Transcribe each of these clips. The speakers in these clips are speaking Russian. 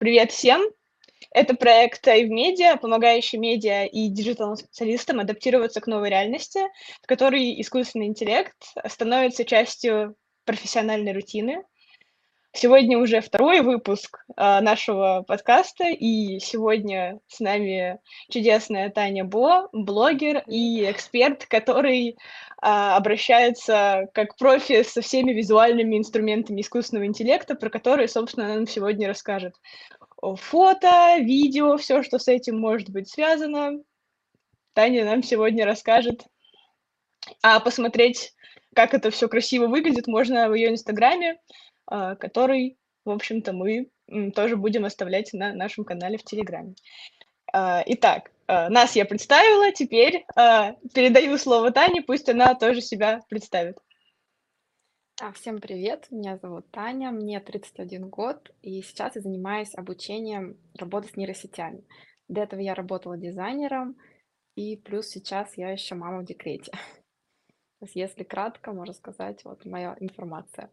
Привет всем! Это проект Медиа, помогающий медиа и диджитал-специалистам адаптироваться к новой реальности, в которой искусственный интеллект становится частью профессиональной рутины. Сегодня уже второй выпуск нашего подкаста, и сегодня с нами чудесная Таня Бо, блогер Привет. и эксперт, который обращается как профи со всеми визуальными инструментами искусственного интеллекта, про которые, собственно, она нам сегодня расскажет. Фото, видео, все, что с этим может быть связано, Таня нам сегодня расскажет. А посмотреть, как это все красиво выглядит, можно в ее инстаграме, который, в общем-то, мы тоже будем оставлять на нашем канале в Телеграме. Итак, нас я представила, теперь передаю слово Тане, пусть она тоже себя представит. Всем привет, меня зовут Таня, мне 31 год, и сейчас я занимаюсь обучением работы с нейросетями. До этого я работала дизайнером, и плюс сейчас я еще мама в декрете. То есть, если кратко, можно сказать, вот моя информация.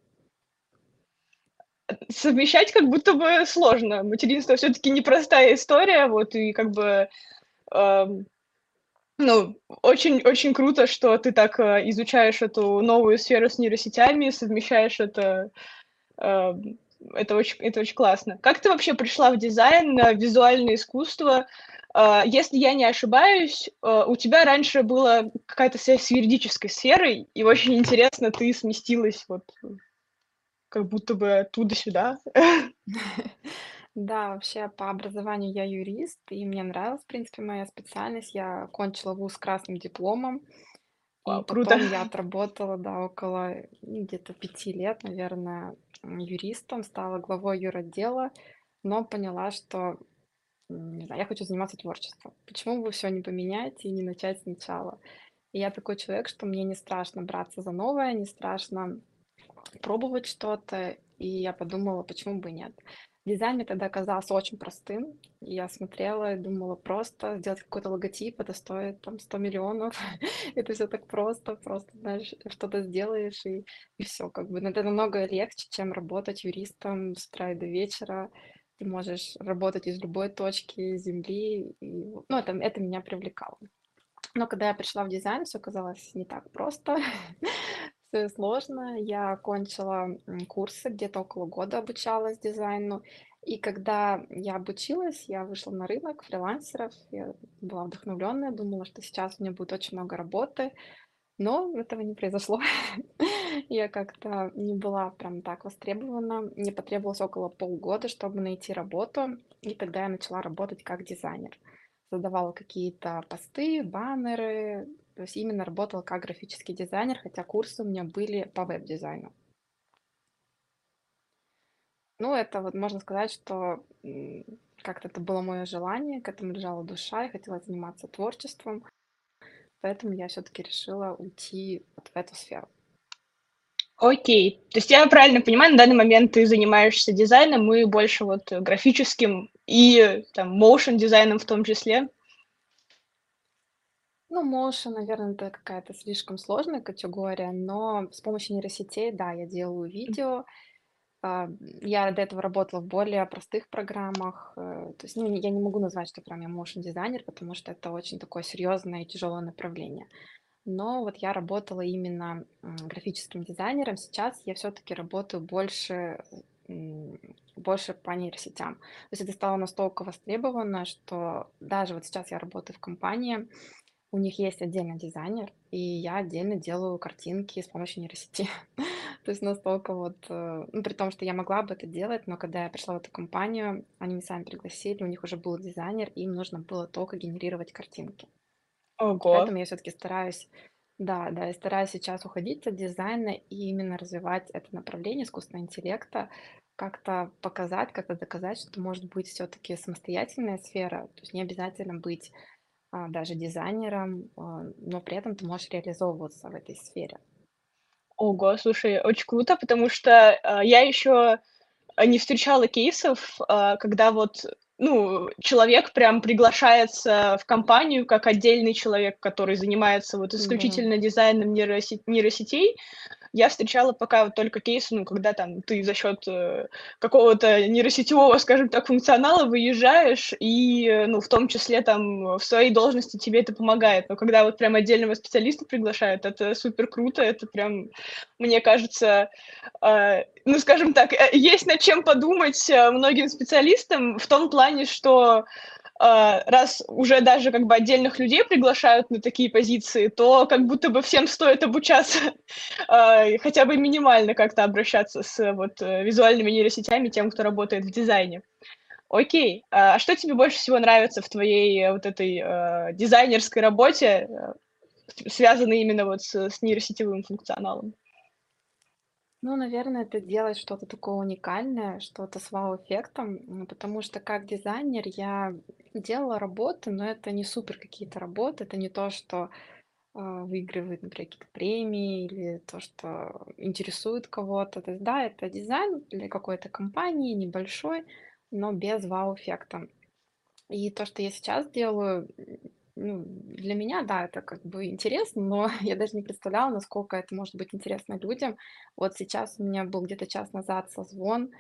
Совмещать как будто бы сложно. Материнство все-таки непростая история, вот, и как бы ам, ну, очень круто, что ты так, изучаешь эту новую сферу с нейросетями, совмещаешь это. Это очень классно. Как ты вообще пришла в дизайн, визуальное искусство? Если я не ошибаюсь, у тебя раньше была какая-то связь с юридической сферой, и очень интересно, ты сместилась вот как будто бы оттуда сюда. Да, вообще по образованию я юрист, и мне нравилась, в принципе, моя специальность. Я окончила вуз с красным дипломом, и Вау, круто. потом я отработала, да, около где-то 5 лет, наверное, юристом, стала главой юротдела, но поняла, что не знаю, я хочу заниматься творчеством. Почему бы все не поменять и не начать сначала? И я такой человек, что мне не страшно браться за новое, не страшно пробовать что-то. И я подумала, почему бы и нет. Дизайн мне тогда казался очень простым. И я смотрела и думала, просто сделать какой-то логотип, это стоит там 100 миллионов. Это все так просто, просто, знаешь, что-то сделаешь и все. Как бы. Но это намного легче, чем работать юристом с утра и до вечера. Ты можешь работать из любой точки земли. Ну, это меня привлекало. Но когда я пришла в дизайн, все казалось не так просто, все сложно. Я окончила курсы, где-то около года обучалась дизайну. И когда я обучилась, я вышла на рынок фрилансеров. Я была вдохновленная, думала, что сейчас у меня будет очень много работы, но этого не произошло. Я как-то не была прям так востребована. Мне потребовалось около полгода, чтобы найти работу, и тогда я начала работать как дизайнер. Создавала какие-то посты, баннеры, то есть именно работала как графический дизайнер, хотя курсы у меня были по веб-дизайну. Ну, это вот можно сказать, что как-то это было мое желание, к этому лежала душа, я хотела заниматься творчеством, поэтому я все-таки решила уйти вот в эту сферу. Окей. То есть я правильно понимаю, на данный момент ты занимаешься дизайном и больше вот графическим и там motion дизайном в том числе? Ну, motion, наверное, это какая-то слишком сложная категория, но с помощью нейросетей, да, я делаю видео. Я до этого работала в более простых программах. То есть, ну, я не могу назвать, что прям я motion дизайнер, потому что это очень такое серьезное и тяжелое направление. Но вот я работала именно графическим дизайнером. Сейчас я все-таки работаю м, больше по нейросетям. То есть это стало настолько востребовано, что даже вот сейчас я работаю в компании, у них есть отдельный дизайнер, и я отдельно делаю картинки с помощью нейросети. То есть настолько вот, ну, при том, что я могла бы это делать, но когда я пришла в эту компанию, они меня сами пригласили, у них уже был дизайнер, и им нужно было только генерировать картинки. Ого. Поэтому я все-таки стараюсь, да, да, я стараюсь сейчас уходить от дизайна и именно развивать это направление искусственного интеллекта, как-то показать, как-то доказать, что может быть все-таки самостоятельная сфера, то есть не обязательно быть даже дизайнером, но при этом ты можешь реализовываться в этой сфере. Ого, слушай, очень круто, потому что я еще не встречала кейсов, когда вот, ну, человек прям приглашается в компанию как отдельный человек, который занимается вот Да. исключительно дизайном нейросетей. Я встречала пока вот только кейсы, ну, когда там ты за счет какого-то нейросетевого, скажем так, функционала выезжаешь, и, ну, в том числе там в своей должности тебе это помогает. Но когда вот прям отдельного специалиста приглашают, это супер круто, это прям, мне кажется, ну, скажем так, есть над чем подумать многим специалистам в том плане, что раз уже даже как бы отдельных людей приглашают на такие позиции, то как будто бы всем стоит обучаться хотя бы минимально как-то обращаться с вот визуальными нейросетями тем, кто работает в дизайне. Окей. А что тебе больше всего нравится в твоей вот этой дизайнерской работе, связанной именно вот с нейросетевым функционалом? Ну, наверное, это делать что-то такое уникальное, что-то с вау-эффектом, потому что как дизайнер я делала работы, но это не супер какие-то работы, это не то, что выигрывает, например, какие-то премии или то, что интересует кого-то. То есть, да, это дизайн для какой-то компании небольшой, но без вау-эффекта. И то, что я сейчас делаю, ну, для меня, да, это как бы интересно, но я даже не представляла, насколько это может быть интересно людям. Вот сейчас у меня был где-то час назад созвон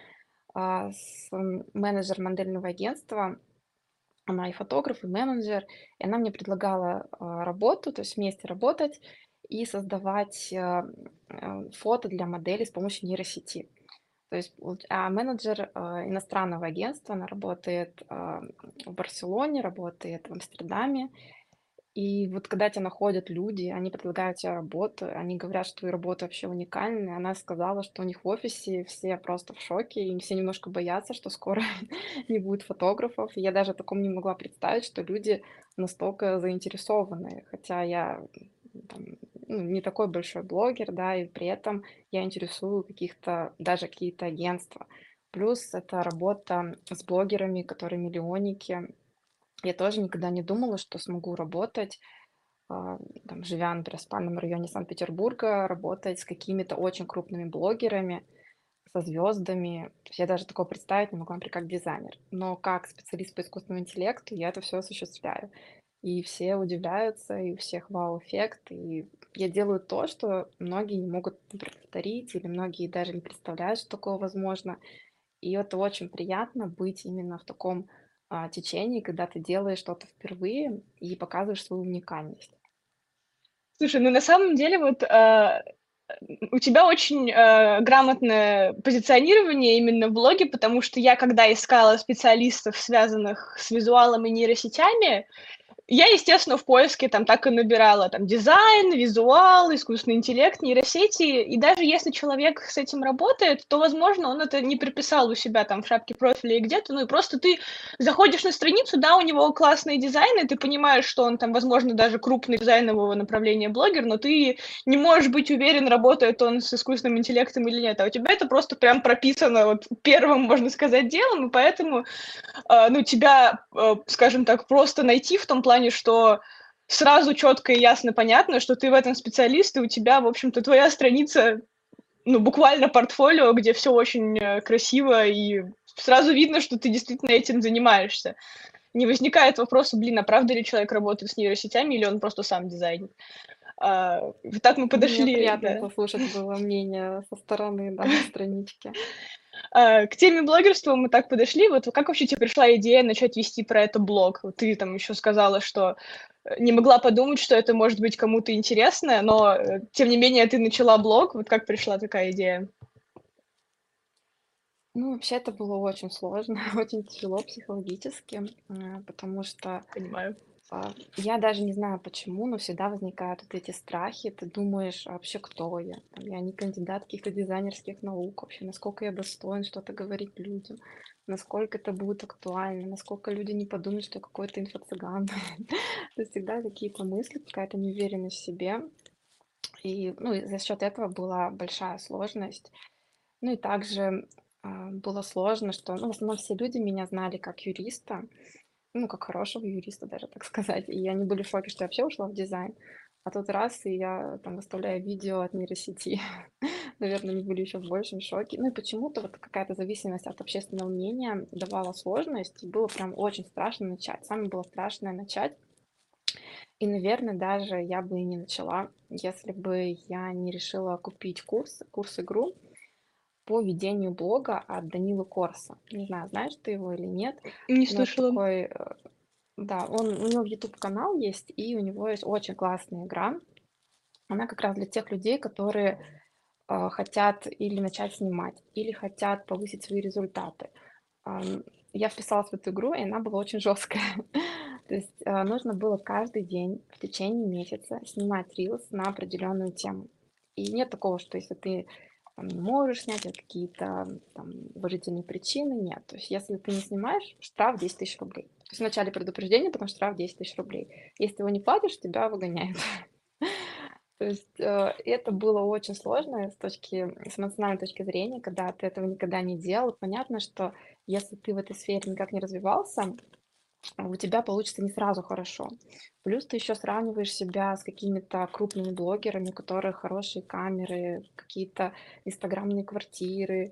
с менеджером модельного агентства. Она и фотограф, и менеджер, и она мне предлагала работу, то есть вместе работать и создавать фото для моделей с помощью нейросети. То есть менеджер иностранного агентства, она работает в Барселоне, работает в Амстердаме, и вот когда тебя находят люди, они предлагают тебе работу, они говорят, что твоя работа вообще уникальная. Она сказала, что у них в офисе все просто в шоке, и все немножко боятся, что скоро не будет фотографов. И я даже о таком не могла представить, что люди настолько заинтересованы. Хотя я там, ну, не такой большой блогер, да, и при этом я интересую каких-то, даже какие-то агентства. Плюс это работа с блогерами, которые миллионники. Я тоже никогда не думала, что смогу работать, там, живя, например, в спальном районе Санкт-Петербурга, работать с какими-то очень крупными блогерами, со звездами. То есть я даже такого представить не могла, например, как дизайнер. Но как специалист по искусственному интеллекту я это все осуществляю. И все удивляются, и у всех вау-эффект. И я делаю то, что многие не могут, например, повторить, или многие даже не представляют, что такое возможно. И это очень приятно быть именно в таком течении, когда ты делаешь что-то впервые и показываешь свою уникальность. Слушай, ну на самом деле вот у тебя очень грамотное позиционирование именно в блоге, потому что я, когда искала специалистов, связанных с визуалом и нейросетями, я, естественно, в поиске там так и набирала там дизайн, визуал, искусственный интеллект, нейросети. И даже если человек с этим работает, то, возможно, он это не приписал у себя там в шапке профиля и где-то. Ну и просто ты заходишь на страницу, да, у него классные дизайны, ты понимаешь, что он там, возможно, даже крупный дизайнового направления блогер, но ты не можешь быть уверен, работает он с искусственным интеллектом или нет. А у тебя это просто прям прописано вот первым, можно сказать, делом, и поэтому ну, тебя, скажем так, просто найти в том плане, что сразу четко и ясно понятно, что ты в этом специалист, и у тебя, в общем-то, твоя страница, ну, буквально портфолио, где все очень красиво, и сразу видно, что ты действительно этим занимаешься. Не возникает вопроса, блин, а правда ли человек работает с нейросетями, или он просто сам дизайнер? Вот так мы Мне подошли, приятно да. послушать было мнение со стороны, да, странички. К теме блогерства мы так подошли. Вот как вообще тебе пришла идея начать вести про это блог? Вот ты там еще сказала, что не могла подумать, что это может быть кому-то интересно, но тем не менее ты начала блог. Вот как пришла такая идея? Ну, вообще это было очень сложно, очень тяжело психологически, потому что Понимаю. я даже не знаю почему, но всегда возникают вот эти страхи. Ты думаешь, а вообще кто я? Там, я не кандидат каких-то дизайнерских наук вообще, насколько я достоин что-то говорить людям, насколько это будет актуально, насколько люди не подумают, что я какой-то инфо-цыган. То есть всегда какие-то мысли, какая-то неуверенность в себе. И, ну, и за счет этого была большая сложность. Ну и также было сложно, что, ну, в основном все люди меня знали как юриста, ну, как хорошего юриста даже, так сказать. И они были в шоке, что я вообще ушла в дизайн. А тут раз, и я там выставляю видео от нейросети. Наверное, они были еще в большем шоке. Ну и почему-то вот какая-то зависимость от общественного мнения давала сложность. И было прям очень страшно начать. Самое было страшное начать. И, наверное, даже я бы и не начала, если бы я не решила купить курс-игру по ведению блога от Данилы Корса. Не знаю, знаешь ты его или нет, Не но это слышала. такой, да, у него YouTube-канал есть, и у него есть очень классная игра. Она как раз для тех людей, которые хотят или начать снимать, или хотят повысить свои результаты. Ам, Я вписалась в эту игру, и она была очень жесткая. То есть нужно было каждый день в течение месяца снимать рилс на определенную тему. И нет такого, что если ты там, не можешь снять какие-то там уважительные причины, нет. То есть если ты не снимаешь, штраф 10 тысяч рублей. То есть вначале предупреждение, потом штраф 10 тысяч рублей. Если ты его не платишь, тебя выгоняют. То есть, это было очень сложно с эмоциональной точки зрения, когда ты этого никогда не делал. Понятно, что если ты в этой сфере никак не развивался, у тебя получится не сразу хорошо. Плюс ты еще сравниваешь себя с какими-то крупными блогерами, у которых хорошие камеры, какие-то инстаграмные квартиры,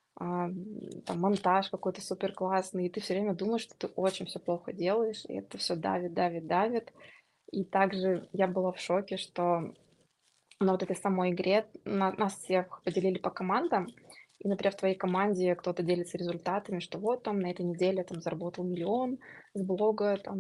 там монтаж какой-то супер классный, и ты все время думаешь, что ты очень все плохо делаешь, и это все давит, давит, давит. И также я была в шоке, что на вот этой самой игре нас всех поделили по командам, и, например, в твоей команде кто-то делится результатами, что вот там на этой неделе там заработал 1 000 000 с блога, там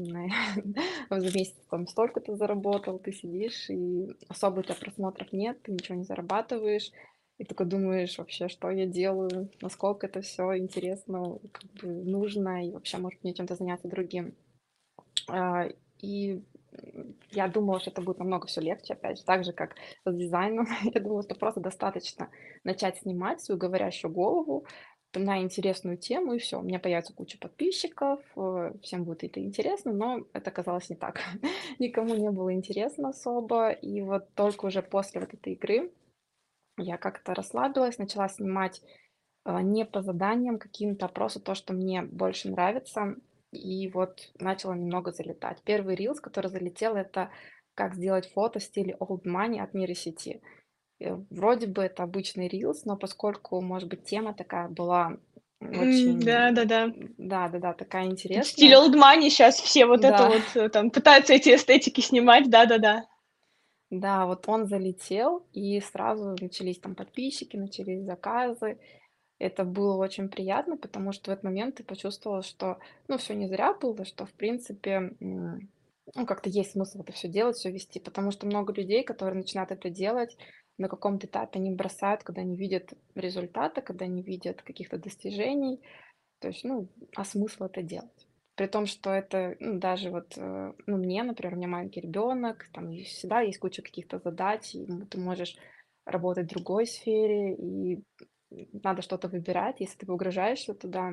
за месяц там столько-то заработал, ты сидишь, и особо у тебя просмотров нет, ты ничего не зарабатываешь, и только думаешь вообще, что я делаю, насколько это все интересно, как бы нужно, и вообще, может, мне чем-то заняться другим. А, И я думала, что это будет намного все легче, опять же, так же, как с дизайном. Я думала, что просто достаточно начать снимать свою говорящую голову на интересную тему, и все. У меня появится куча подписчиков, всем будет это интересно, но это оказалось не так. Никому не было интересно особо. И вот только уже после вот этой игры я как-то расслабилась, начала снимать не по заданиям каким-то, а просто то, что мне больше нравится. И вот начала немного залетать. Первый рилс, который залетел, это как сделать фото в стиле old money от нейросети. Вроде бы это обычный рилс, но поскольку, может быть, тема такая была очень, Да-да-да. да-да-да, такая В стиле интересная, old money сейчас все вот это да, вот там пытаются эти эстетики снимать, да-да-да. да, вот он залетел, и сразу начались там подписчики, начались заказы. Это было очень приятно, потому что в этот момент ты почувствовала, что, ну, все не зря было, что, в принципе, ну, как-то есть смысл это все делать, все вести. Потому что много людей, которые начинают это делать, на каком-то этапе они бросают, когда не видят результата, когда не видят каких-то достижений. То есть, ну, а смысл это делать? При том, что это, ну, даже вот, ну, мне, например, у меня маленький ребенок, там всегда есть куча каких-то задач, и ты можешь работать в другой сфере, и надо что-то выбирать. Если ты погружаешься туда,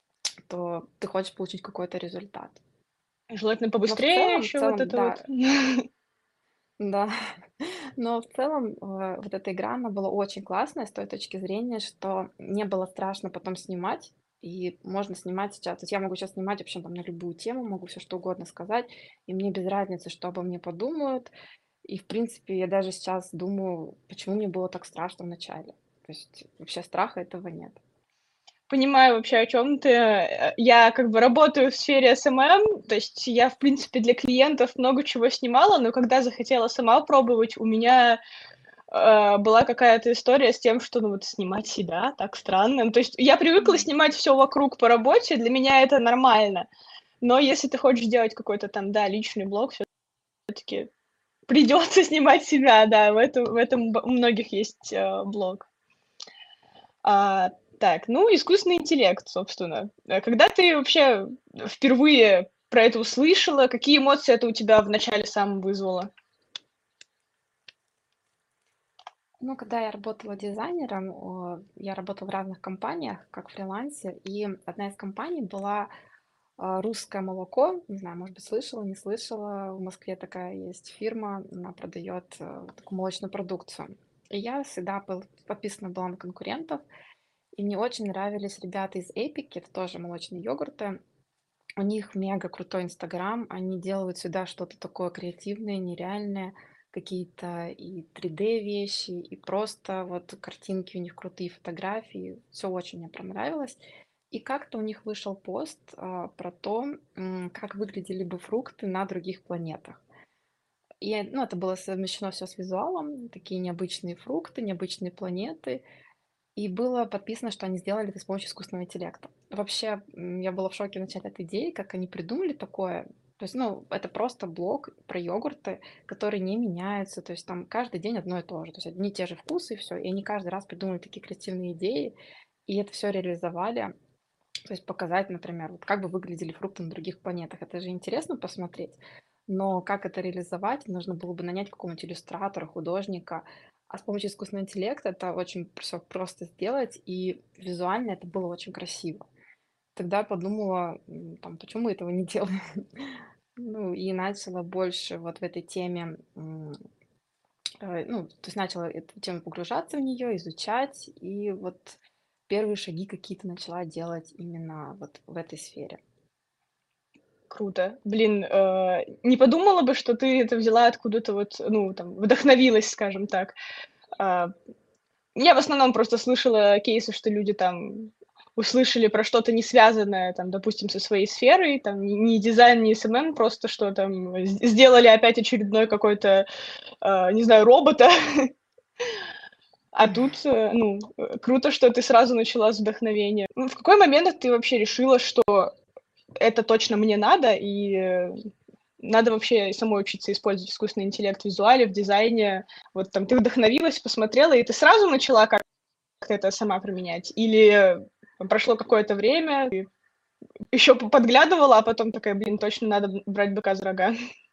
то ты хочешь получить какой-то результат. Желательно Но побыстрее в еще вот целом, это вот. да, да. Но в целом вот эта игра, она была очень классная с той точки зрения, что не было страшно потом снимать, и можно снимать сейчас. То есть я могу сейчас снимать вообще там на любую тему, могу все что угодно сказать, и мне без разницы, что обо мне подумают. И, в принципе, я даже сейчас думаю, почему мне было так страшно вначале. То есть вообще страха этого нет. Понимаю вообще, о чем ты. Я как бы работаю в сфере SMM, то есть я, в принципе, для клиентов много чего снимала, но когда захотела сама пробовать, у меня была какая-то история с тем, что, ну, вот снимать себя так странно. Ну, то есть я привыкла М. снимать все вокруг по работе, для меня это нормально. Но если ты хочешь делать какой-то там, да, личный блог, все-таки придется снимать себя, да, в этом у многих есть блог. А, так, ну, искусственный интеллект, собственно. Когда ты вообще впервые про это услышала, какие эмоции это у тебя вначале сам вызвало? Ну, когда я работала дизайнером, я работала в разных компаниях как фрилансер, и одна из компаний была "Русское молоко". Не знаю, может быть, слышала, не слышала. В Москве такая есть фирма, она продает такую молочную продукцию. И я всегда подписана была на конкурентов, и мне очень нравились ребята из Эпики, это тоже молочные йогурты. У них мега крутой Инстаграм, они делают всегда что-то такое креативное, нереальное, какие-то и 3D вещи, и просто вот картинки у них крутые, фотографии, все очень мне понравилось. И как-то у них вышел пост про то, как выглядели бы фрукты на других планетах. Ну, это было совмещено все с визуалом, такие необычные фрукты, необычные планеты. И было подписано, что они сделали это с помощью искусственного интеллекта. Вообще, я была в шоке вначале от идеи, как они придумали такое. То есть, ну, это просто блог про йогурты, которые не меняются. То есть там каждый день одно и то же. То есть одни и те же вкусы и все. И они каждый раз придумали такие креативные идеи, и это все реализовали. То есть показать, например, вот как бы выглядели фрукты на других планетах. Это же интересно посмотреть. Но как это реализовать, нужно было бы нанять какого-нибудь иллюстратора, художника. А с помощью искусственного интеллекта это очень всё просто сделать, и визуально это было очень красиво. Тогда я подумала, там, почему мы этого не делаем? Ну, и начала больше вот в этой теме, ну, то есть начала эту тему погружаться в нее, изучать, и вот первые шаги какие-то начала делать именно вот в этой сфере. Круто. Блин, не подумала бы, что ты это взяла откуда-то вот, ну, там, вдохновилась, скажем так. А, я в основном просто слышала кейсы, что люди там услышали про что-то не связанное, там, допустим, со своей сферой, там, не дизайн, не СММ, просто что там сделали опять очередной какой-то, не знаю, робота. А тут, ну, круто, что ты сразу начала с вдохновения. В какой момент ты вообще решила, что это точно мне надо, и надо вообще самой учиться использовать искусственный интеллект в визуале, в дизайне? Вот там ты вдохновилась, посмотрела, и ты сразу начала как-то это сама применять? Или прошло какое-то время, еще подглядывала, а потом такая: "Блин, точно надо брать быка за рога"?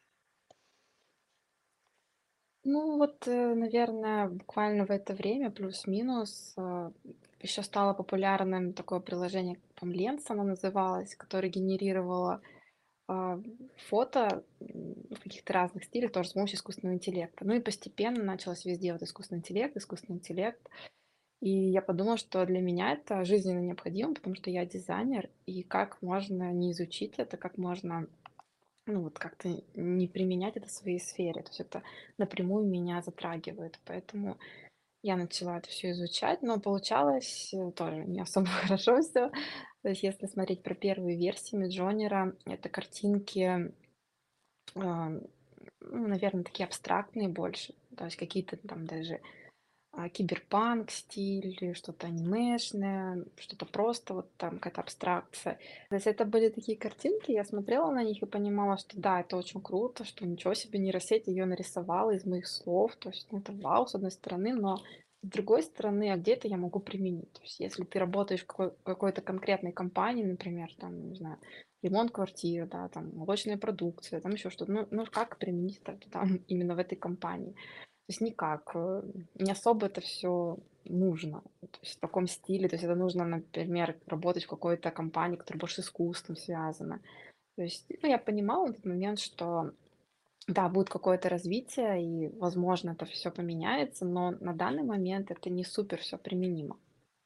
Ну вот, наверное, буквально в это время, плюс-минус, еще стало популярным такое приложение, по-моему, Lens оно называлось, которое генерировало а, фото в каких-то разных стилях, тоже с помощью искусственного интеллекта. Ну и постепенно началось везде вот искусственный интеллект, искусственный интеллект. И я подумала, что для меня это жизненно необходимо, потому что я дизайнер, и как можно не изучить это, как можно, ну вот как-то не применять это в своей сфере. То есть это напрямую меня затрагивает. Поэтому я начала это все изучать, но получалось тоже не особо хорошо все. То есть если смотреть про первые версии Миджорнера, это картинки, а, ну, наверное, такие абстрактные больше. То есть какие-то там даже киберпанк стиль, что-то анимешное, что-то просто вот там какая-то абстракция. То есть это были такие картинки, я смотрела на них и понимала, что да, это очень круто, что ничего себе, нейросеть ее нарисовала из моих слов. То есть ну, это вау, с одной стороны, но с другой стороны, а где это я могу применить? То есть если ты работаешь в какой-то конкретной компании, например, там, не знаю, ремонт квартиры, да, там, молочная продукция, там еще что-то, ну как применить это там именно в этой компании? То есть никак, не особо это все нужно. То есть в таком стиле. То есть это нужно, например, работать в какой-то компании, которая больше с искусством связана. То есть, ну, я понимала на тот момент, что да, будет какое-то развитие, и, возможно, это все поменяется, но на данный момент это не супер все применимо.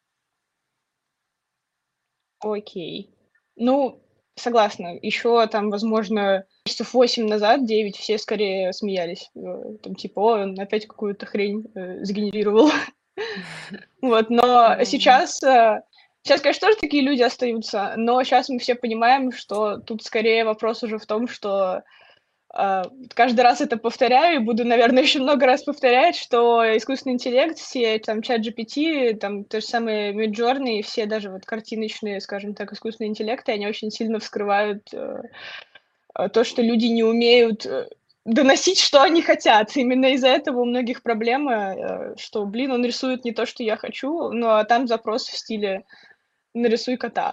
Окей. Ну, согласна. Еще там, возможно, месяцев 8 назад, 9, все скорее смеялись. Там типа: "Ой, он опять какую-то хрень, сгенерировал". Вот, но Да, сейчас, конечно, тоже такие люди остаются, но сейчас мы все понимаем, что тут скорее вопрос уже в том, что, каждый раз это повторяю и буду, наверное, еще много раз повторять, что искусственный интеллект, все там ChatGPT, там то же самое Midjourney, все даже вот картиночные, скажем так, искусственные интеллекты, они очень сильно вскрывают, то, что люди не умеют, доносить, что они хотят. Именно из-за этого у многих проблемы, что, блин, он рисует не то, что я хочу, ну, а там запрос в стиле "нарисуй кота".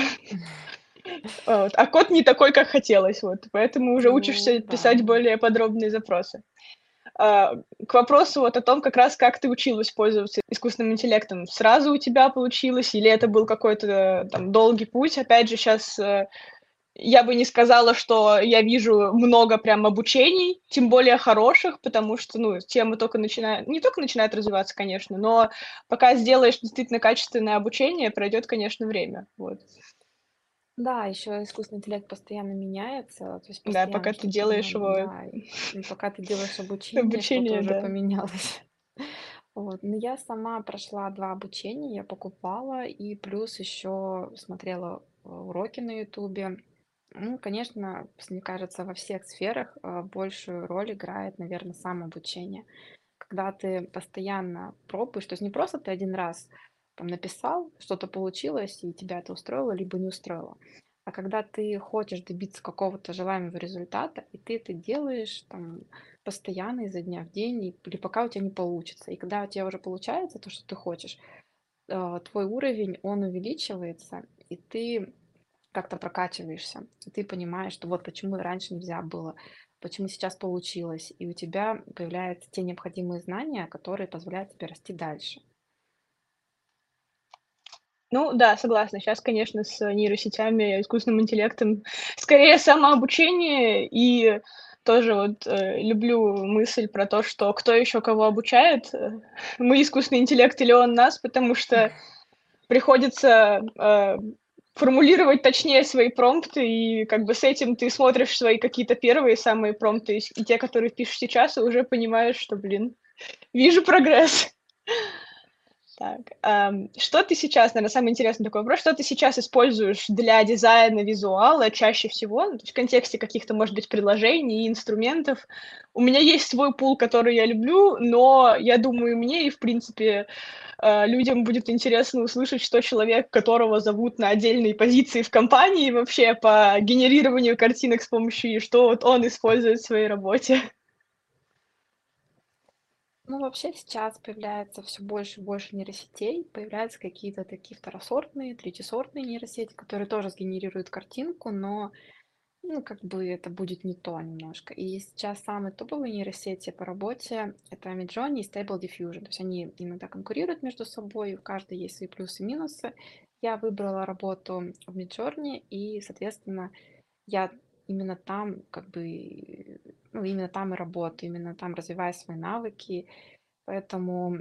Вот, а кот не такой, как хотелось, вот, поэтому уже ну учишься да. писать более подробные запросы. К вопросу вот о том, как раз как ты училась пользоваться искусственным интеллектом. Сразу у тебя получилось или это был какой-то, там долгий путь? Опять же, сейчас я бы не сказала, что я вижу много прям обучений, тем более хороших, потому что, ну, тема только начинает не только начинает развиваться, конечно, но пока сделаешь действительно качественное обучение, пройдет, конечно, время. Вот. Да, еще искусственный интеллект постоянно меняется, то есть Да, постоянно пока ты что-то в делаешь нем, его да, и пока ты делаешь обучение, что-то обучение, уже да. поменялось. Вот. Но я сама прошла 2 обучения, я покупала и плюс еще смотрела уроки на "Ютубе". Ну, конечно, мне кажется, во всех сферах большую роль играет, наверное, самообучение. Когда ты постоянно пробуешь, то есть не просто ты один раз там написал, что-то получилось, и тебя это устроило, либо не устроило, а когда ты хочешь добиться какого-то желаемого результата, и ты это делаешь там постоянно изо дня в день, или пока у тебя не получится. И когда у тебя уже получается то, что ты хочешь, твой уровень, он увеличивается, и ты как-то прокачиваешься, и ты понимаешь, что вот почему раньше нельзя было, почему сейчас получилось, и у тебя появляются те необходимые знания, которые позволяют тебе расти дальше. Ну да, согласна. Сейчас, конечно, с нейросетями, искусственным интеллектом скорее самообучение. И тоже вот, люблю мысль про то, что кто еще кого обучает, мы искусственный интеллект или он нас, потому что приходится, формулировать точнее свои промпты, и как бы с этим ты смотришь свои какие-то первые самые промпты и те, которые пишешь сейчас, и уже понимаешь, что, блин, вижу прогресс. Так, что ты сейчас, наверно, самый интересный такой вопрос, что ты сейчас используешь для дизайна визуала чаще всего? Ну, то есть в контексте каких-то, может быть, приложений и инструментов. У меня есть свой пул, который я люблю, но я думаю, мне и, в принципе, людям будет интересно услышать, что человек, которого зовут на отдельные позиции в компании вообще по генерированию картинок с помощью, и что вот он использует в своей работе. Ну, вообще сейчас появляется все больше и больше нейросетей, появляются какие-то такие второсортные, третьесортные нейросети, которые тоже сгенерируют картинку, но ну, как бы это будет не то немножко. И сейчас самые топовые нейросети по работе — это Midjourney и Stable Diffusion. То есть они иногда конкурируют между собой, у каждой есть свои плюсы и минусы. Я выбрала работу в Midjourney, и, соответственно, я именно там как бы, ну, именно там и работаю, именно там развиваю свои навыки, поэтому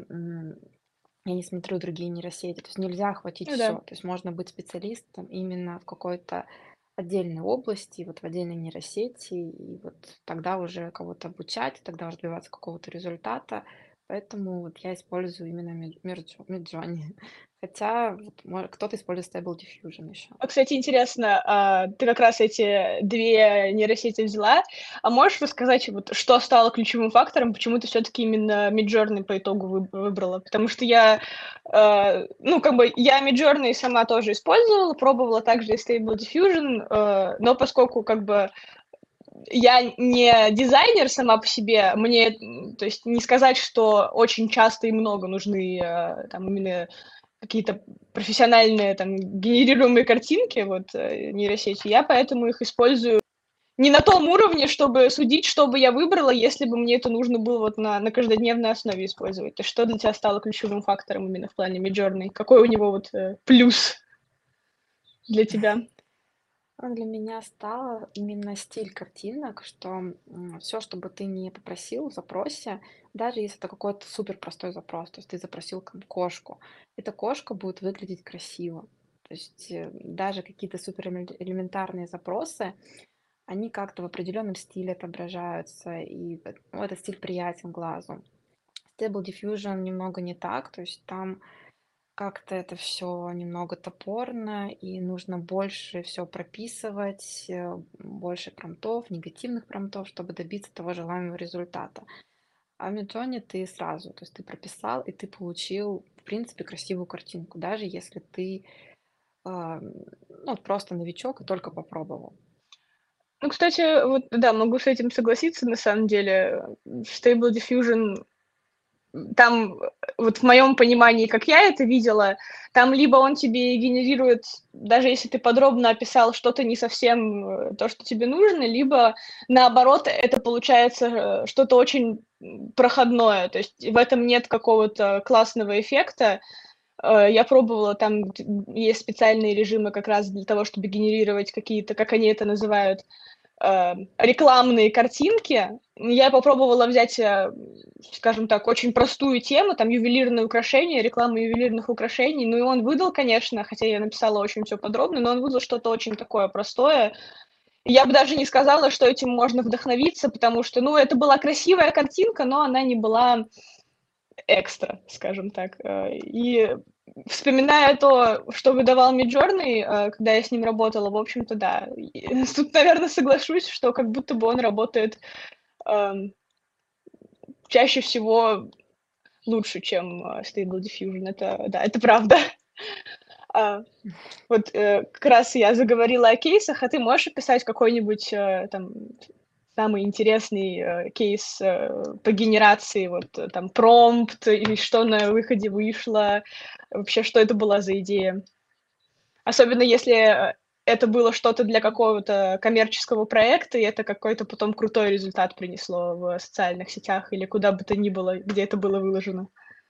я не смотрю другие нейросети. То есть нельзя охватить Ну да. все. То есть можно быть специалистом именно в какой-то отдельной области, вот в отдельной нейросети, и вот тогда уже кого-то обучать, тогда уже добиваться какого-то результата. Поэтому вот я использую именно Midjourney. Хотя вот кто-то использует Stable Diffusion еще. А, кстати, интересно, ты как раз эти 2 нейросети взяла. А можешь рассказать, вот что стало ключевым фактором, почему ты все таки именно Midjourney по итогу выбрала? Потому что я, ну, как бы я Midjourney сама тоже использовала, пробовала также и Stable Diffusion, но поскольку как бы я не дизайнер сама по себе, мне, то есть не сказать, что очень часто и много нужны, там именно какие-то профессиональные там генерируемые картинки, вот, нейросети. Я поэтому их использую не на том уровне, чтобы судить, что бы я выбрала, если бы мне это нужно было вот на каждодневной основе использовать. То есть что для тебя стало ключевым фактором именно в плане Midjourney? Какой у него вот, плюс для тебя? Для меня стало именно стиль картинок, что все, что бы ты не попросил в запросе, даже если это какой-то супер простой запрос, то есть ты запросил там кошку, эта кошка будет выглядеть красиво. То есть даже какие-то супер элементарные запросы, они как-то в определенном стиле отображаются, и ну, этот стиль приятен глазу. Stable Diffusion немного не так, то есть там как-то это все немного топорно, и нужно больше все прописывать, больше промптов, негативных промптов, чтобы добиться того желаемого результата. А в Midjourney ты сразу, то есть ты прописал, и ты получил, в принципе, красивую картинку, даже если ты, ну, вот просто новичок и только попробовал. Ну, кстати, вот да, могу с этим согласиться на самом деле. Stable Diffusion там, вот в моем понимании, как я это видела, там либо он тебе генерирует, даже если ты подробно описал что-то не совсем то, что тебе нужно, либо наоборот, это получается что-то очень проходное, то есть в этом нет какого-то классного эффекта. Я пробовала, там есть специальные режимы как раз для того, чтобы генерировать какие-то, как они это называют, рекламные картинки. Я попробовала взять, скажем так, очень простую тему, там ювелирные украшения, реклама ювелирных украшений. Ну и он выдал, конечно, хотя я написала очень все подробно, но он выдал что-то очень такое простое. Я бы даже не сказала, что этим можно вдохновиться, потому что, ну, это была красивая картинка, но она не была экстра, скажем так. И Вспоминая то, что выдавал Midjourney, когда я с ним работала, в общем-то, да. Тут, наверное, соглашусь, что как будто бы он работает ам, чаще всего лучше, чем Stable Diffusion. Это, да, это правда. А, вот как раз я заговорила о кейсах, а ты можешь описать какой-нибудь там самый интересный кейс по генерации, вот там промпт, или что на выходе вышло, вообще, что это была за идея? Особенно если это было что-то для какого-то коммерческого проекта, и это какой-то потом крутой результат принесло в социальных сетях или куда бы то ни было, где это было выложено.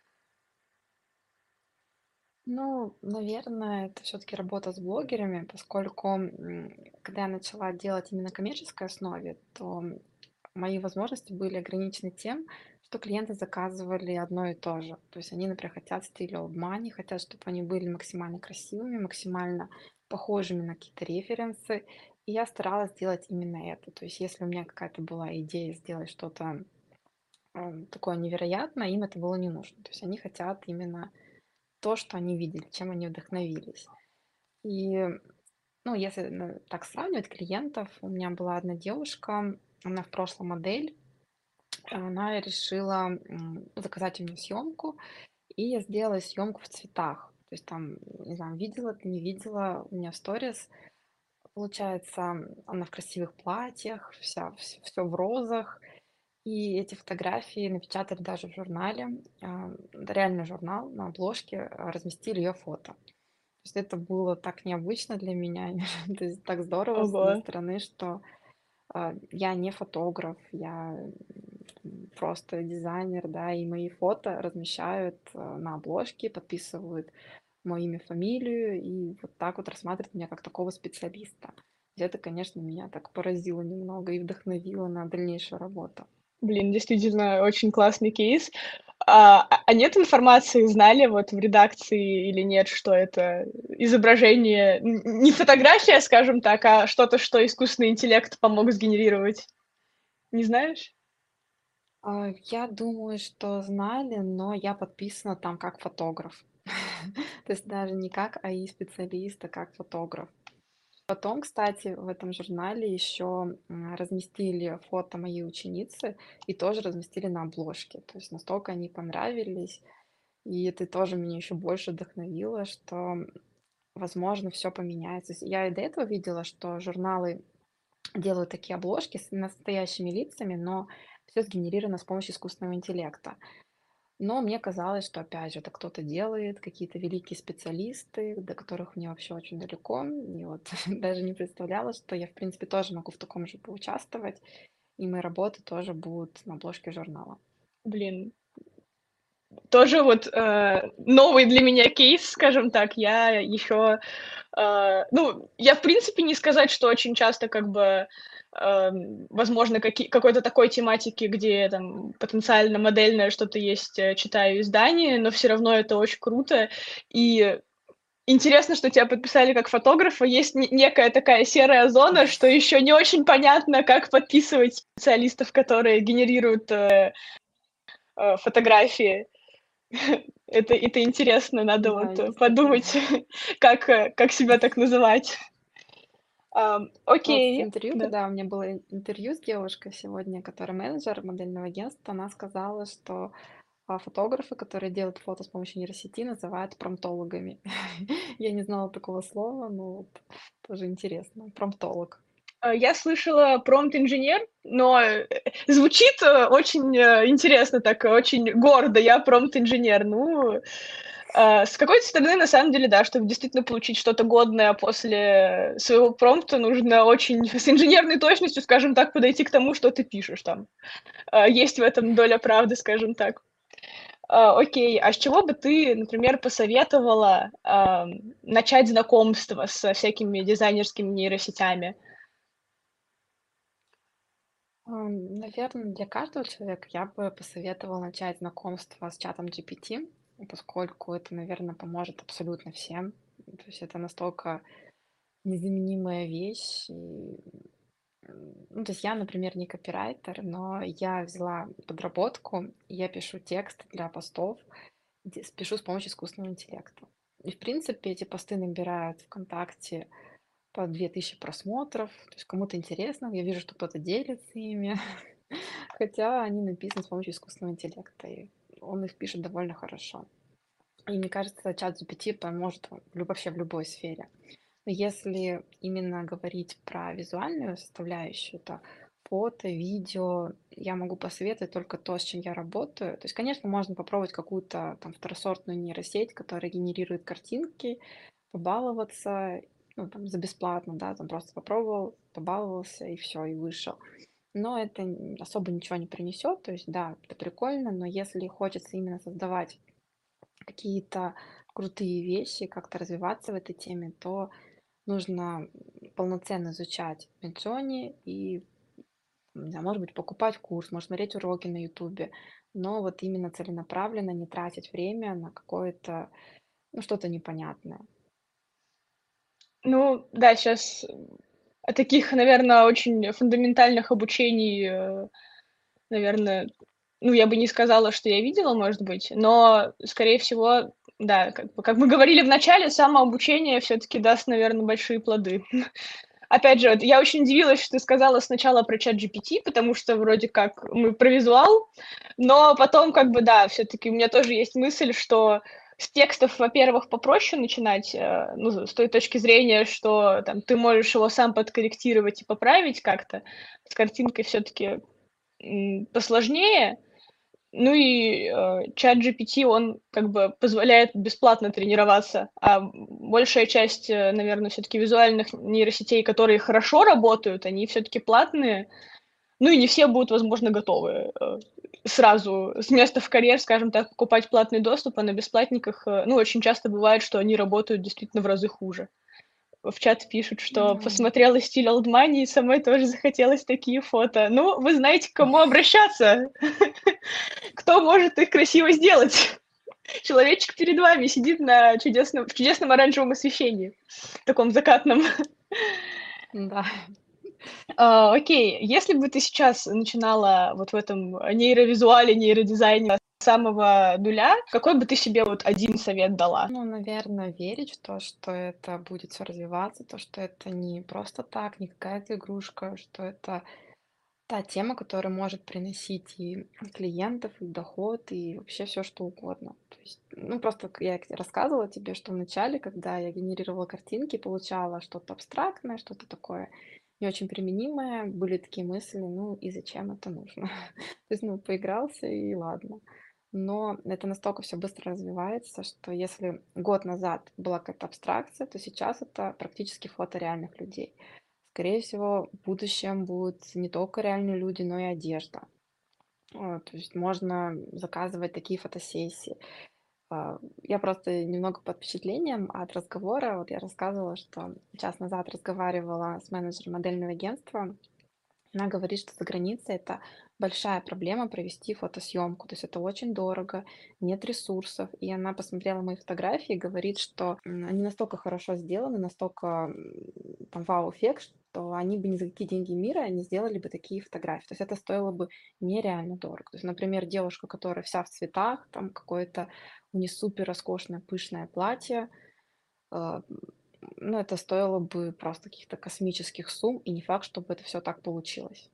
Ну, наверное, это все-таки работа с блогерами, поскольку когда я начала делать именно на коммерческой основе, то мои возможности были ограничены тем, что клиенты заказывали одно и то же. То есть они, например, хотят стиль old money, хотят, чтобы они были максимально красивыми, максимально похожими на какие-то референсы. И я старалась сделать именно это. То есть если у меня какая-то была идея сделать что-то такое невероятное, им это было не нужно. То есть они хотят именно то, что они видели, чем они вдохновились. И, ну, если так сравнивать клиентов, у меня была одна девушка, она в прошлом модель, она решила заказать у меня съемку, и я сделала съемку в цветах. То есть там, не знаю, видела ты, не видела, у меня в сторис, получается, она в красивых платьях, вся, все в розах, и эти фотографии напечатали даже в журнале, реальный журнал, на обложке разместили ее фото. То есть это было так необычно для меня, то есть так здорово с одной Ого. стороны, что я не фотограф, я просто дизайнер, да, и мои фото размещают на обложке, подписывают мое имя, фамилию, и вот так вот рассматривают меня как такого специалиста. И это, конечно, меня так поразило немного и вдохновило на дальнейшую работу. Блин, действительно очень классный кейс. Нет информации, знали вот в редакции или нет, что это изображение, не фотография, скажем так, а что-то, что искусственный интеллект помог сгенерировать? Не знаешь? Я думаю, что знали, но я подписана там как фотограф. То есть даже не как АИ-специалист, а как фотограф. Потом, кстати, в этом журнале еще разместили фото моей ученицы и тоже разместили на обложке. То есть настолько они понравились, и это тоже меня еще больше вдохновило, что, возможно, все поменяется. Я и до этого видела, что журналы делают такие обложки с настоящими лицами, но все сгенерировано с помощью искусственного интеллекта. Но мне казалось, что, опять же, это кто-то делает, какие-то великие специалисты, до которых мне вообще очень далеко. И вот даже не представляла, что я, в принципе, тоже могу в таком же поучаствовать, и мои работы тоже будут на обложке журнала. Блин, тоже вот новый для меня кейс, скажем так. Я еще, ну, я в принципе не сказать, что очень часто как бы, возможно, какой-то такой тематики, где там потенциально модельное что-то есть, читаю издания, но все равно это очень круто. И интересно, что тебя подписали как фотографа. Есть некая такая серая зона, что еще не очень понятно, как подписывать специалистов, которые генерируют фотографии. Это интересно, надо Да, вот подумать, действительно. как себя так называть. Вот в Окей, интервью, да. когда у меня было интервью с девушкой сегодня, которая менеджер модельного агентства, она сказала, что фотографы, которые делают фото с помощью нейросети, называют промптологами. Я не знала такого слова, но вот тоже интересно. Промптолог. Я слышала промпт-инженер, но звучит очень интересно, так очень гордо. Я промпт-инженер. Ну, с какой-то стороны, на самом деле, да, чтобы действительно получить что-то годное после своего промпта, нужно очень с инженерной точностью, скажем так, подойти к тому, что ты пишешь там. Есть в этом доля правды, скажем так. Окей, а с чего бы ты, например, посоветовала начать знакомство со всякими дизайнерскими нейросетями? Наверное, для каждого человека я бы посоветовала начать знакомство с чатом GPT, поскольку это, наверное, поможет абсолютно всем. То есть это настолько незаменимая вещь. Ну, то есть я, например, не копирайтер, но я взяла подработку, и я пишу текст для постов, пишу с помощью искусственного интеллекта. И, в принципе, эти посты набирают ВКонтакте по 2000 просмотров. То есть кому-то интересно, я вижу, что кто-то делится ими, хотя они написаны с помощью искусственного интеллекта, и он их пишет довольно хорошо. И мне кажется, чат GPT поможет вообще в любой сфере. Но если именно говорить про визуальную составляющую, это фото, видео, я могу посоветовать только то, с чем я работаю. То есть, конечно, можно попробовать какую-то там второсортную нейросеть, которая генерирует картинки, побаловаться, ну, там, за бесплатно, да, там просто попробовал, побаловался и все, и вышел. Но это особо ничего не принесет, то есть, да, это прикольно, но если хочется именно создавать какие-то крутые вещи, как-то развиваться в этой теме, то нужно полноценно изучать Midjourney и, не знаю, может быть, покупать курс, может смотреть уроки на Ютубе, но вот именно целенаправленно не тратить время на какое-то, ну, что-то непонятное. Ну, да, сейчас о таких, наверное, очень фундаментальных обучений, наверное, ну, я бы не сказала, что я видела, может быть, но, скорее всего, да, как мы говорили в начале, самообучение все-таки даст, наверное, большие плоды. Опять же, вот я очень удивилась, что ты сказала сначала про чат GPT, потому что вроде как мы про визуал, но потом как бы да, все-таки у меня тоже есть мысль, что с текстов, во-первых, попроще начинать, ну, с той точки зрения, что там ты можешь его сам подкорректировать и поправить как-то. С картинкой все-таки посложнее. Ну и чат GPT, он как бы позволяет бесплатно тренироваться, а большая часть, наверное, все-таки визуальных нейросетей, которые хорошо работают, они все-таки платные. Ну и не все будут, возможно, готовы сразу с места в карьер, скажем так, покупать платный доступ, а на бесплатниках, ну, очень часто бывает, что они работают действительно в разы хуже. В чат пишут, что Да. посмотрела стиль Олдмани, и самой тоже захотелось такие фото. Ну, вы знаете, к кому обращаться. Кто может их красиво сделать? Человечек перед вами сидит в чудесном оранжевом освещении, таком закатном. Да. Окей, если бы ты сейчас начинала вот в этом нейровизуале, нейродизайне с самого нуля, какой бы ты себе вот один совет дала? Ну, наверное, верить в то, что это будет все развиваться, то, что это не просто так, не какая-то игрушка, что это та тема, которая может приносить и клиентов, и доход, и вообще все что угодно. То есть, ну, просто я рассказывала тебе, что вначале, когда я генерировала картинки, получала что-то абстрактное, что-то такое не очень применимое, были такие мысли, ну и зачем это нужно? То есть, ну, поигрался и ладно. Но это настолько все быстро развивается, что если год назад была какая-то абстракция, то сейчас это практически фото реальных людей. Скорее всего, в будущем будут не только реальные люди, но и одежда. То есть можно заказывать такие фотосессии. Я просто немного под впечатлением от разговора. Вот я рассказывала, что час назад разговаривала с менеджером модельного агентства. Она говорит, что за границей это большая проблема провести фотосъемку. То есть это очень дорого, нет ресурсов. И она посмотрела мои фотографии и говорит, что они настолько хорошо сделаны, настолько там вау-эффект, что они бы ни за какие деньги мира не сделали бы такие фотографии. То есть это стоило бы нереально дорого. То есть, например, девушка, которая вся в цветах, там какое-то у нее супер роскошное пышное платье, а, ну, это стоило бы просто каких-то космических сумм, и не факт, чтобы это все так получилось.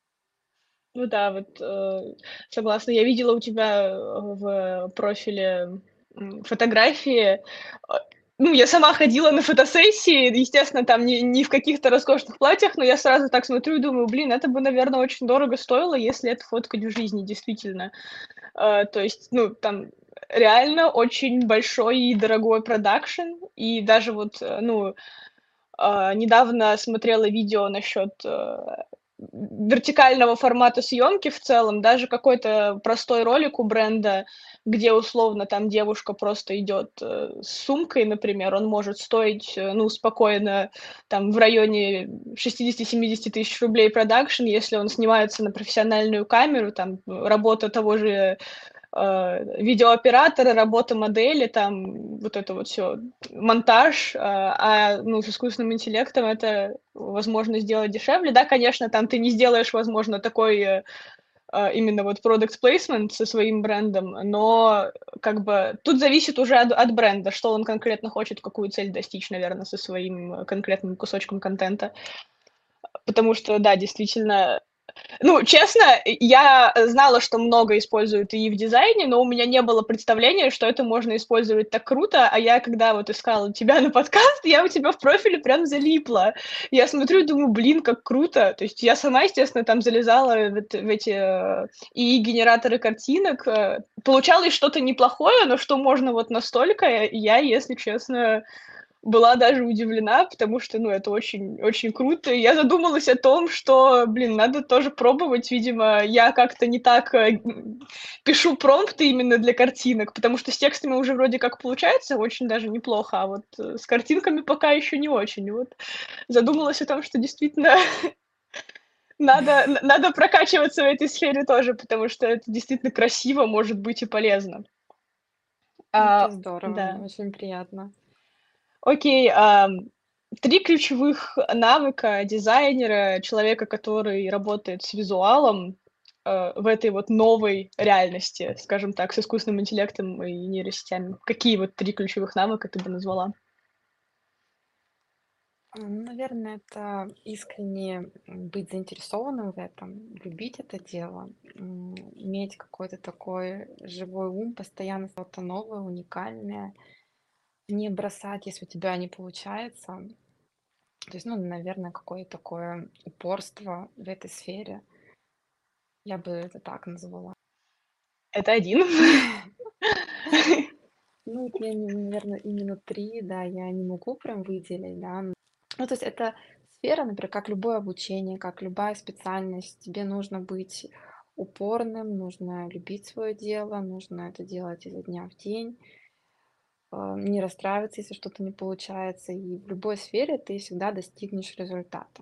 Ну да, вот согласна. Я видела у тебя в профиле фотографии. А, Ну, я сама ходила на фотосессии, естественно, там не в каких-то роскошных платьях, но я сразу так смотрю и думаю, блин, это бы, наверное, очень дорого стоило, если это фоткать в жизни, действительно. То есть, ну, там реально очень большой и дорогой продакшн, и даже вот, ну, недавно смотрела видео насчет вертикального формата съемки в целом, даже какой-то простой ролик у бренда, где условно там девушка просто идет с сумкой, например, он может стоить, ну, спокойно, там, в районе 60-70 тысяч рублей продакшн, если он снимается на профессиональную камеру, там, работа того же видеооператора, работа модели, там вот это вот все, монтаж, ну, с искусственным интеллектом это возможно сделать дешевле. Да, конечно, там ты не сделаешь, возможно, такой именно вот product placement со своим брендом, но как бы тут зависит уже от бренда, что он конкретно хочет, какую цель достичь, наверное, со своим конкретным кусочком контента. Потому что, да, действительно, ну, честно, я знала, что много используют и в дизайне, но у меня не было представления, что это можно использовать так круто, а я, когда вот искала тебя на подкаст, я у тебя в профиле прям залипла. Я смотрю и думаю, блин, как круто. То есть я сама, естественно, там залезала в эти и генераторы картинок. Получалось что-то неплохое, но что можно вот настолько, я, если честно, была даже удивлена, потому что, ну, это очень, очень круто. И я задумалась о том, что, блин, надо тоже пробовать. Видимо, я как-то не так пишу промпты именно для картинок, потому что с текстами уже вроде как получается очень даже неплохо, а вот с картинками пока еще не очень. И вот задумалась о том, что действительно надо прокачиваться в этой сфере тоже, потому что это действительно красиво, может быть, и полезно. Это А, здорово, да. очень приятно. Окей, 3 ключевых навыка дизайнера, человека, который работает с визуалом, в этой вот новой реальности, скажем так, с искусственным интеллектом и нейросетями. Какие вот 3 ключевых навыка ты бы назвала? Наверное, это искренне быть заинтересованным в этом, любить это дело, иметь какой-то такой живой ум, постоянно что-то новое, уникальное, не бросать, если у тебя не получается. То есть, ну, наверное, какое-то такое упорство в этой сфере. Я бы это так назвала. Это один. Ну, вот я, наверное, именно 3, да, я не могу прям выделить, да. Ну, то есть это сфера, например, как любое обучение, как любая специальность. Тебе нужно быть упорным, нужно любить свое дело, нужно это делать изо дня в день, не расстраиваться, если что-то не получается. И в любой сфере ты всегда достигнешь результата.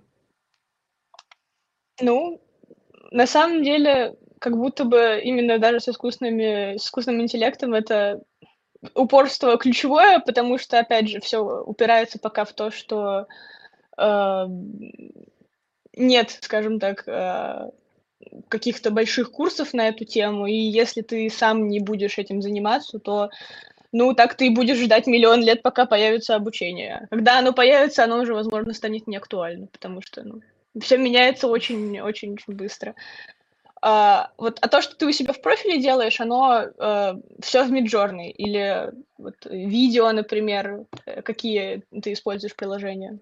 Ну, на самом деле, как будто бы именно даже с искусственным интеллектом это упорство ключевое, потому что, опять же, все упирается пока в то, что, ам, нет, скажем так, каких-то больших курсов на эту тему, и если ты сам не будешь этим заниматься, то, ну, так ты и будешь ждать миллион лет, пока появится обучение. Когда оно появится, оно уже, возможно, станет неактуальным, потому что, ну, всё меняется очень очень очень быстро. А то, что ты у себя в профиле делаешь, оно, всё в Midjourney или вот видео, например, какие ты используешь приложения?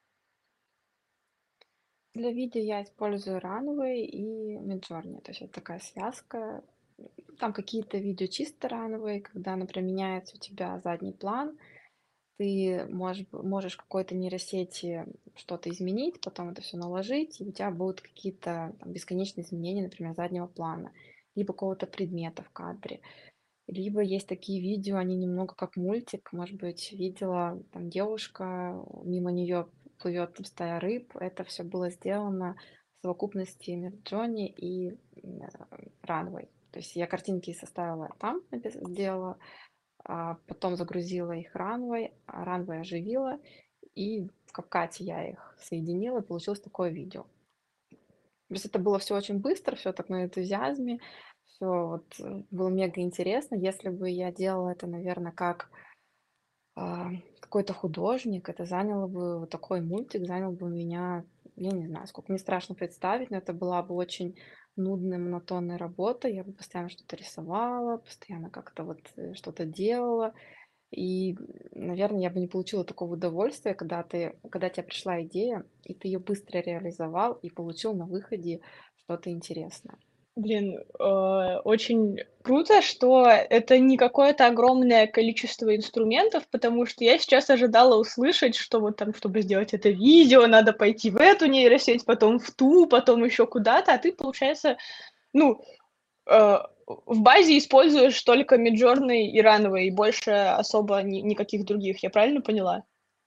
Для видео я использую Runway и Midjourney, то есть это такая связка. Там какие-то видео чисто Runway, когда, например, меняется у тебя задний план, ты можешь какой-то нейросети что-то изменить, потом это все наложить, и у тебя будут какие-то там бесконечные изменения, например, заднего плана, либо какого-то предмета в кадре. Либо есть такие видео, они немного как мультик. Может быть, видела, там девушка, мимо нее плывет там стая рыб. Это все было сделано в совокупности Миджони и Runway. То есть я картинки составила там, сделала, потом загрузила их Runway, а Runway оживила, и в CapCut я их соединила, и получилось такое видео. То есть это было все очень быстро, все так на энтузиазме, все вот было мега интересно. Если бы я делала это, наверное, как какой-то художник, это заняло бы, вот такой мультик занял бы у меня, я не знаю, сколько, мне страшно представить, но это была бы очень нудная, монотонная работа. Я бы постоянно что-то рисовала, постоянно как-то вот что-то делала. И, наверное, я бы не получила такого удовольствия, когда тебе пришла идея, и ты ее быстро реализовал и получил на выходе что-то интересное. Блин, очень круто, что это не какое-то огромное количество инструментов, потому что я сейчас ожидала услышать, что вот там, чтобы сделать это видео, надо пойти в эту нейросеть, потом в ту, потом еще куда-то, а ты, получается, ну, в базе используешь только Midjourney и Runway, и больше особо никаких других. Я правильно поняла?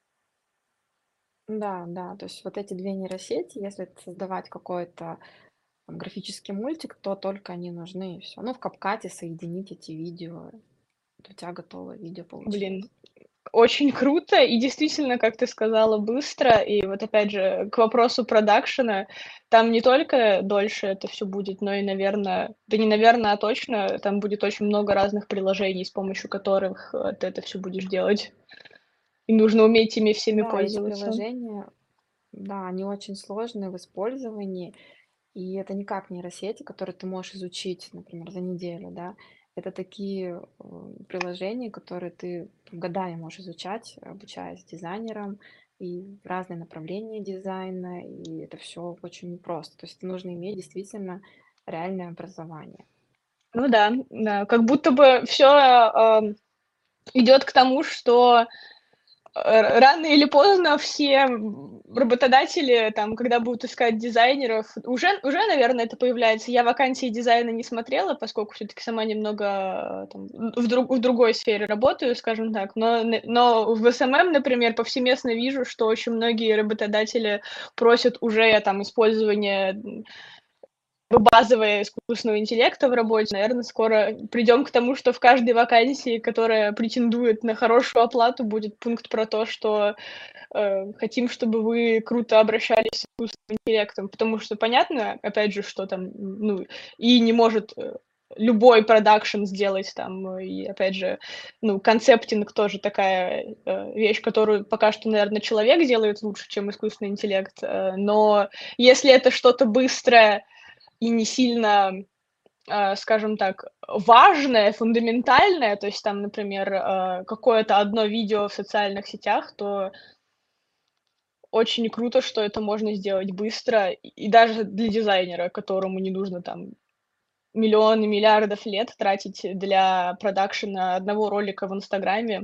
Да, да, то есть вот эти две нейросети, если создавать какой-то там графический мультик, то только они нужны и всё. Ну, в CapCut соединить эти видео, у тебя готовое видео Блин, получилось. очень круто и действительно, как ты сказала, быстро. И вот опять же, к вопросу продакшена, там не только дольше это все будет, но и, наверное, да не наверное, а точно, там будет очень много разных приложений, с помощью которых, ты это все будешь делать. И нужно уметь ими всеми Да, эти пользоваться. приложения, да, они очень сложные в использовании, и это не как нейросети, которые ты можешь изучить, например, за неделю, да. Это такие приложения, которые ты годами можешь изучать, обучаясь дизайнерам и в разные направления дизайна, и это все очень непросто. То есть нужно иметь действительно реальное образование. Ну да, да, как будто бы все идет к тому, что рано или поздно все, работодатели, там, когда будут искать дизайнеров, уже, наверное, это появляется. Я вакансии дизайна не смотрела, поскольку все таки сама немного, там, в другой сфере работаю, скажем так. Но в SMM, например, повсеместно вижу, что очень многие работодатели просят уже там использование базовые искусственного интеллекта в работе. Наверное, скоро придем к тому, что в каждой вакансии, которая претендует на хорошую оплату, будет пункт про то, что хотим, чтобы вы круто обращались с искусственным интеллектом, потому что понятно, опять же, что там, ну, и не может любой продакшн сделать там, и опять же, ну, концептинг тоже такая вещь, которую пока что, наверное, человек делает лучше, чем искусственный интеллект, но если это что-то быстрое и не сильно, скажем так, важное, фундаментальное, то есть там, например, какое-то одно видео в социальных сетях, то очень круто, что это можно сделать быстро, и даже для дизайнера, которому не нужно там миллионы, миллиардов лет тратить для продакшена одного ролика в "Инстаграме",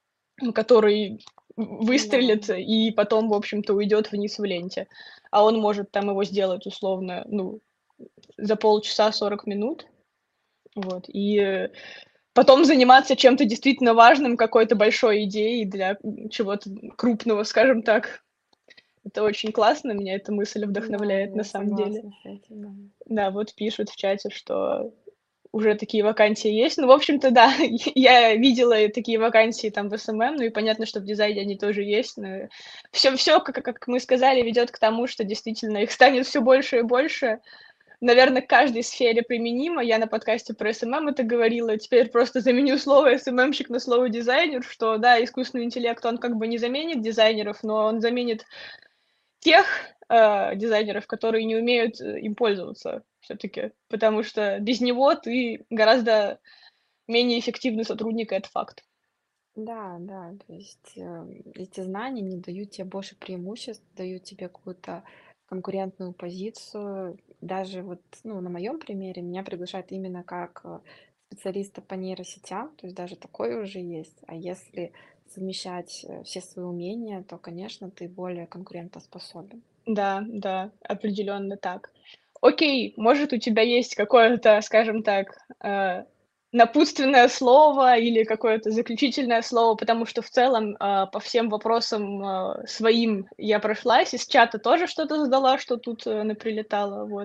который Да. выстрелит и потом, в общем-то, уйдет вниз в ленте. А он может там его сделать условно, ну, за полчаса, 40 минут. Вот, и, потом заниматься чем-то действительно важным, какой-то большой идеей для, чего-то крупного, скажем так. Это очень классно, меня эта мысль Да, вдохновляет на я самом деле. согласна с этим, да. Да, вот пишут в чате, что уже такие вакансии есть. Ну, в общем-то, да, я видела и такие вакансии там в СММ, ну и понятно, что в дизайне они тоже есть. Но все, как мы сказали, ведет к тому, что действительно их станет все больше и больше. Наверное, к каждой сфере применимо. Я на подкасте про СММ это говорила. Теперь просто заменю слово СММщик на слово дизайнер, что да, искусственный интеллект, он как бы не заменит дизайнеров, но он заменит тех, дизайнеров, которые не умеют, им пользоваться все таки потому что без него ты гораздо менее эффективный сотрудник, и это факт. Да, да, то есть эти знания не дают тебе больше преимуществ, дают тебе какую-то конкурентную позицию. Даже вот, ну, на моем примере меня приглашают именно как специалиста по нейросетям, то есть даже такое уже есть. А если совмещать все свои умения, то, конечно, ты более конкурентоспособен. Да, да, определенно так. Окей, может, у тебя есть какое-то, скажем так, напутственное слово или какое-то заключительное слово, потому что в целом, по всем вопросам, своим я прошлась, из чата тоже что-то задала, что тут, наприлетало, вот.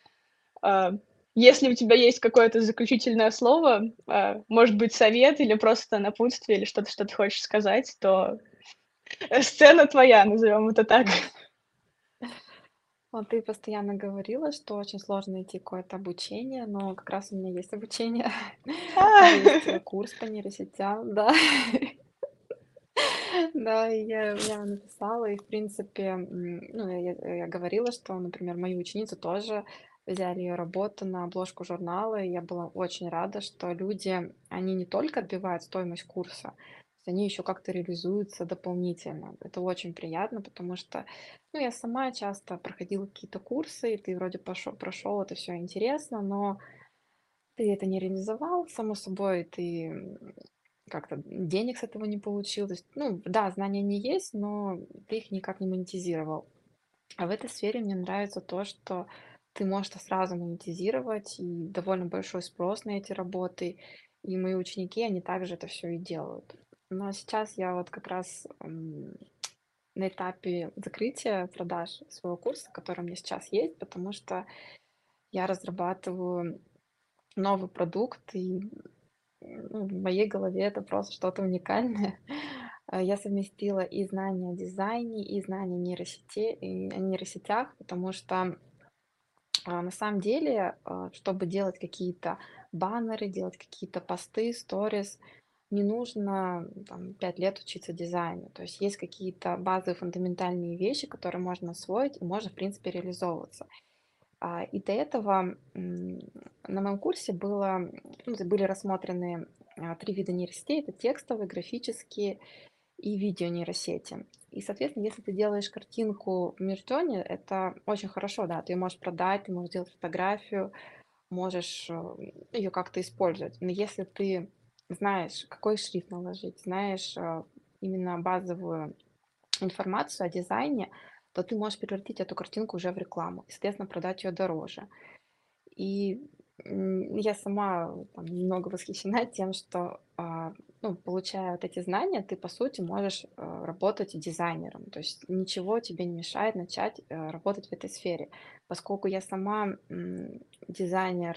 А, Если у тебя есть какое-то заключительное слово, может быть, совет или просто напутствие, или что-то, что ты хочешь сказать, то, сцена твоя, назовем это так. Вот ты постоянно говорила, что очень сложно найти какое-то обучение, но как раз у меня есть обучение. У меня есть курс по нейросетям, да. Да, и я написала, и, в принципе, ну, я говорила, что, например, мою ученицу тоже взяли ее работу на обложку журнала, и я была очень рада, что люди, они не только отбивают стоимость курса, то есть они еще как-то реализуются дополнительно. Это очень приятно, потому что, ну, я сама часто проходила какие-то курсы, и ты вроде прошел, это все интересно, но ты это не реализовал, само собой, ты как-то денег с этого не получил. То есть, ну да, знания не есть, но ты их никак не монетизировал. А в этой сфере мне нравится то, что ты можешь это сразу монетизировать, и довольно большой спрос на эти работы. И мои ученики, они также это все и делают. Но сейчас я вот как раз на этапе закрытия продаж своего курса, который у меня сейчас есть, потому что я разрабатываю новый продукт, и ну, в моей голове это просто что-то уникальное. Я совместила и знания о дизайне, и знания о нейросетях, потому что на самом деле, чтобы делать какие-то баннеры, делать какие-то посты, сторис, не нужно там, 5 лет учиться дизайну. То есть есть какие-то базовые фундаментальные вещи, которые можно освоить и можно, в принципе, реализовываться. И до этого на моем курсе были рассмотрены 3 вида нейросетей. Это текстовые, графические и видео-нейросети. И, соответственно, если ты делаешь картинку в Midjourney, это очень хорошо, да, ты ее можешь продать, ты можешь сделать фотографию, можешь ее как-то использовать. Но если ты знаешь, какой шрифт наложить, знаешь именно базовую информацию о дизайне, то ты можешь превратить эту картинку уже в рекламу и, соответственно, продать ее дороже. И я сама там немного восхищена тем, что, ну, получая вот эти знания, ты, по сути, можешь работать дизайнером. То есть ничего тебе не мешает начать работать в этой сфере. Поскольку я сама дизайнер,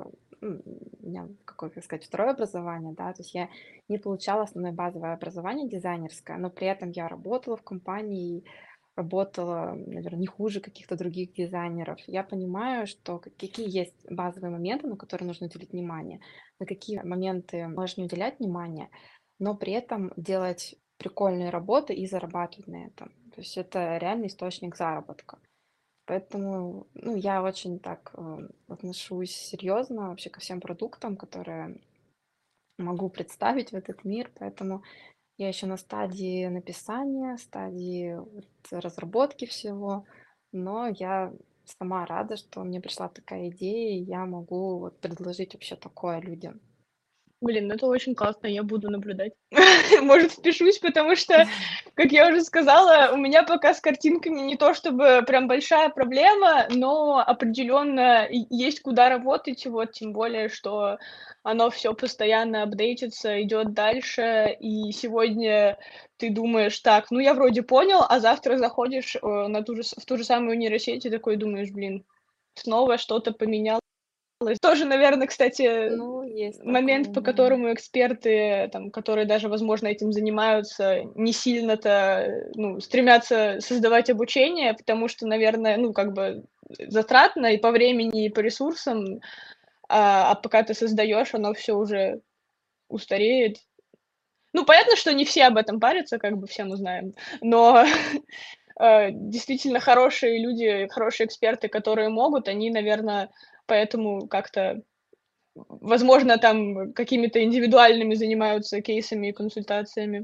у меня какое, как сказать, второе образование, да, то есть я не получала основное базовое образование дизайнерское, но при этом я работала в компании, работала, наверное, не хуже каких-то других дизайнеров. Я понимаю, что какие есть базовые моменты, на которые нужно уделить внимание, на какие моменты можешь не уделять внимания, но при этом делать прикольные работы и зарабатывать на этом. То есть это реальный источник заработка. Поэтому, ну, я очень так отношусь серьезно вообще ко всем продуктам, которые могу представить в этот мир. Поэтому я еще на стадии написания, стадии вот разработки всего, но я сама рада, что мне пришла такая идея, и я могу вот предложить вообще такое людям. Блин, ну это очень классно, я буду наблюдать. Может, впишусь, потому что, как я уже сказала, у меня пока с картинками не то чтобы прям большая проблема, но определенно есть куда работать, вот тем более, что оно все постоянно апдейтится, идет дальше, и сегодня ты думаешь, так, ну я вроде понял, а завтра заходишь в ту же самую нейросеть и такой думаешь, блин, снова что-то поменялось. Тоже, наверное, кстати, Ну, есть момент, такое, по да. которому эксперты, там, которые даже, возможно, этим занимаются, не сильно-то, ну, стремятся создавать обучение, потому что, наверное, ну, как бы затратно и по времени, и по ресурсам, а пока ты создаешь, оно все уже устареет. Ну, понятно, что не все об этом парятся, как бы все мы знаем, но действительно хорошие люди, хорошие эксперты, которые могут, они, наверное, поэтому как-то возможно, там какими-то индивидуальными занимаются кейсами и консультациями.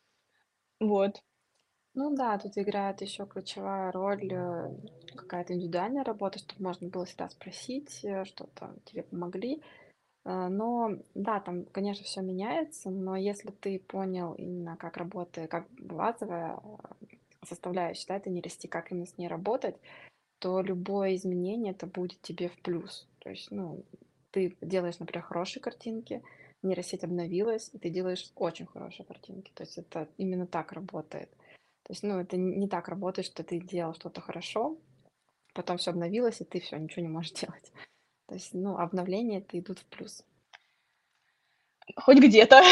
Вот. Ну да, тут играет еще ключевая роль какая-то индивидуальная работа, чтобы можно было всегда спросить, что-то тебе помогли. Но да, там, конечно, все меняется, но если ты понял именно, как работает, как базовая составляющая, да, этой нейросети, как именно с ней работать, то любое изменение это будет тебе в плюс. То есть, ну, ты делаешь, например, хорошие картинки, нейросеть обновилась, и ты делаешь очень хорошие картинки. То есть это именно так работает. То есть, ну, это не так работает, что ты делал что-то хорошо, потом все обновилось, и ты все, ничего не можешь делать. То есть, ну, обновления это идут в плюс. Хоть где-то.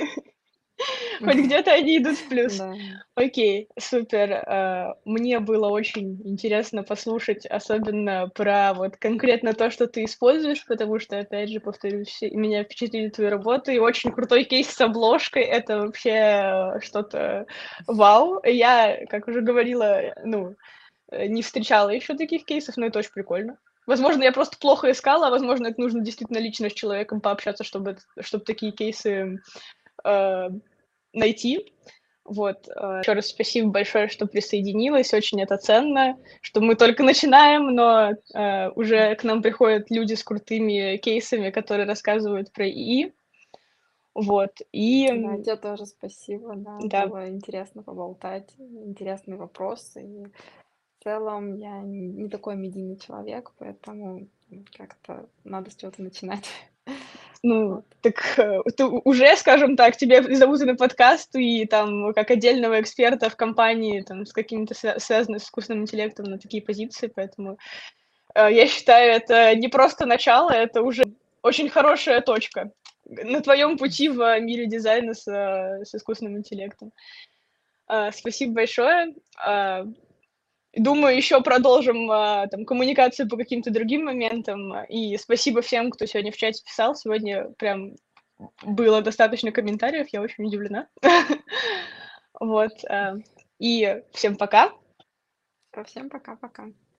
Хоть где-то они идут в плюс. Да. Окей, супер. Мне было очень интересно послушать, особенно про вот конкретно то, что ты используешь, потому что, опять же, повторюсь, меня впечатлили твои работы, и очень крутой кейс с обложкой — это вообще что-то вау. Я, как уже говорила, ну, не встречала еще таких кейсов, но это очень прикольно. Возможно, я просто плохо искала, а возможно, это нужно действительно лично с человеком пообщаться, чтобы такие кейсы э, найти. Вот. Еще раз спасибо большое, что присоединилась. Очень это ценно, что мы только начинаем, но уже к нам приходят люди с крутыми кейсами, которые рассказывают про ИИ. Вот. Да, И тебе тоже спасибо, да, да, было интересно поболтать, интересные вопросы. И в целом я не такой медийный человек, поэтому как-то надо с чего-то начинать. ну, Вот. так ты уже, скажем так, тебя зовут на подкаст, и там как отдельного эксперта в компании, там, с какими-то связанными с искусственным интеллектом на такие позиции, поэтому я считаю, это не просто начало, это уже очень хорошая точка. на твоем пути в мире дизайна с искусственным интеллектом. Спасибо большое. Думаю, еще продолжим там коммуникацию по каким-то другим моментам. И спасибо всем, кто сегодня в чате писал. Сегодня прям было достаточно комментариев, я очень удивлена. Вот. И всем пока. Всем пока-пока.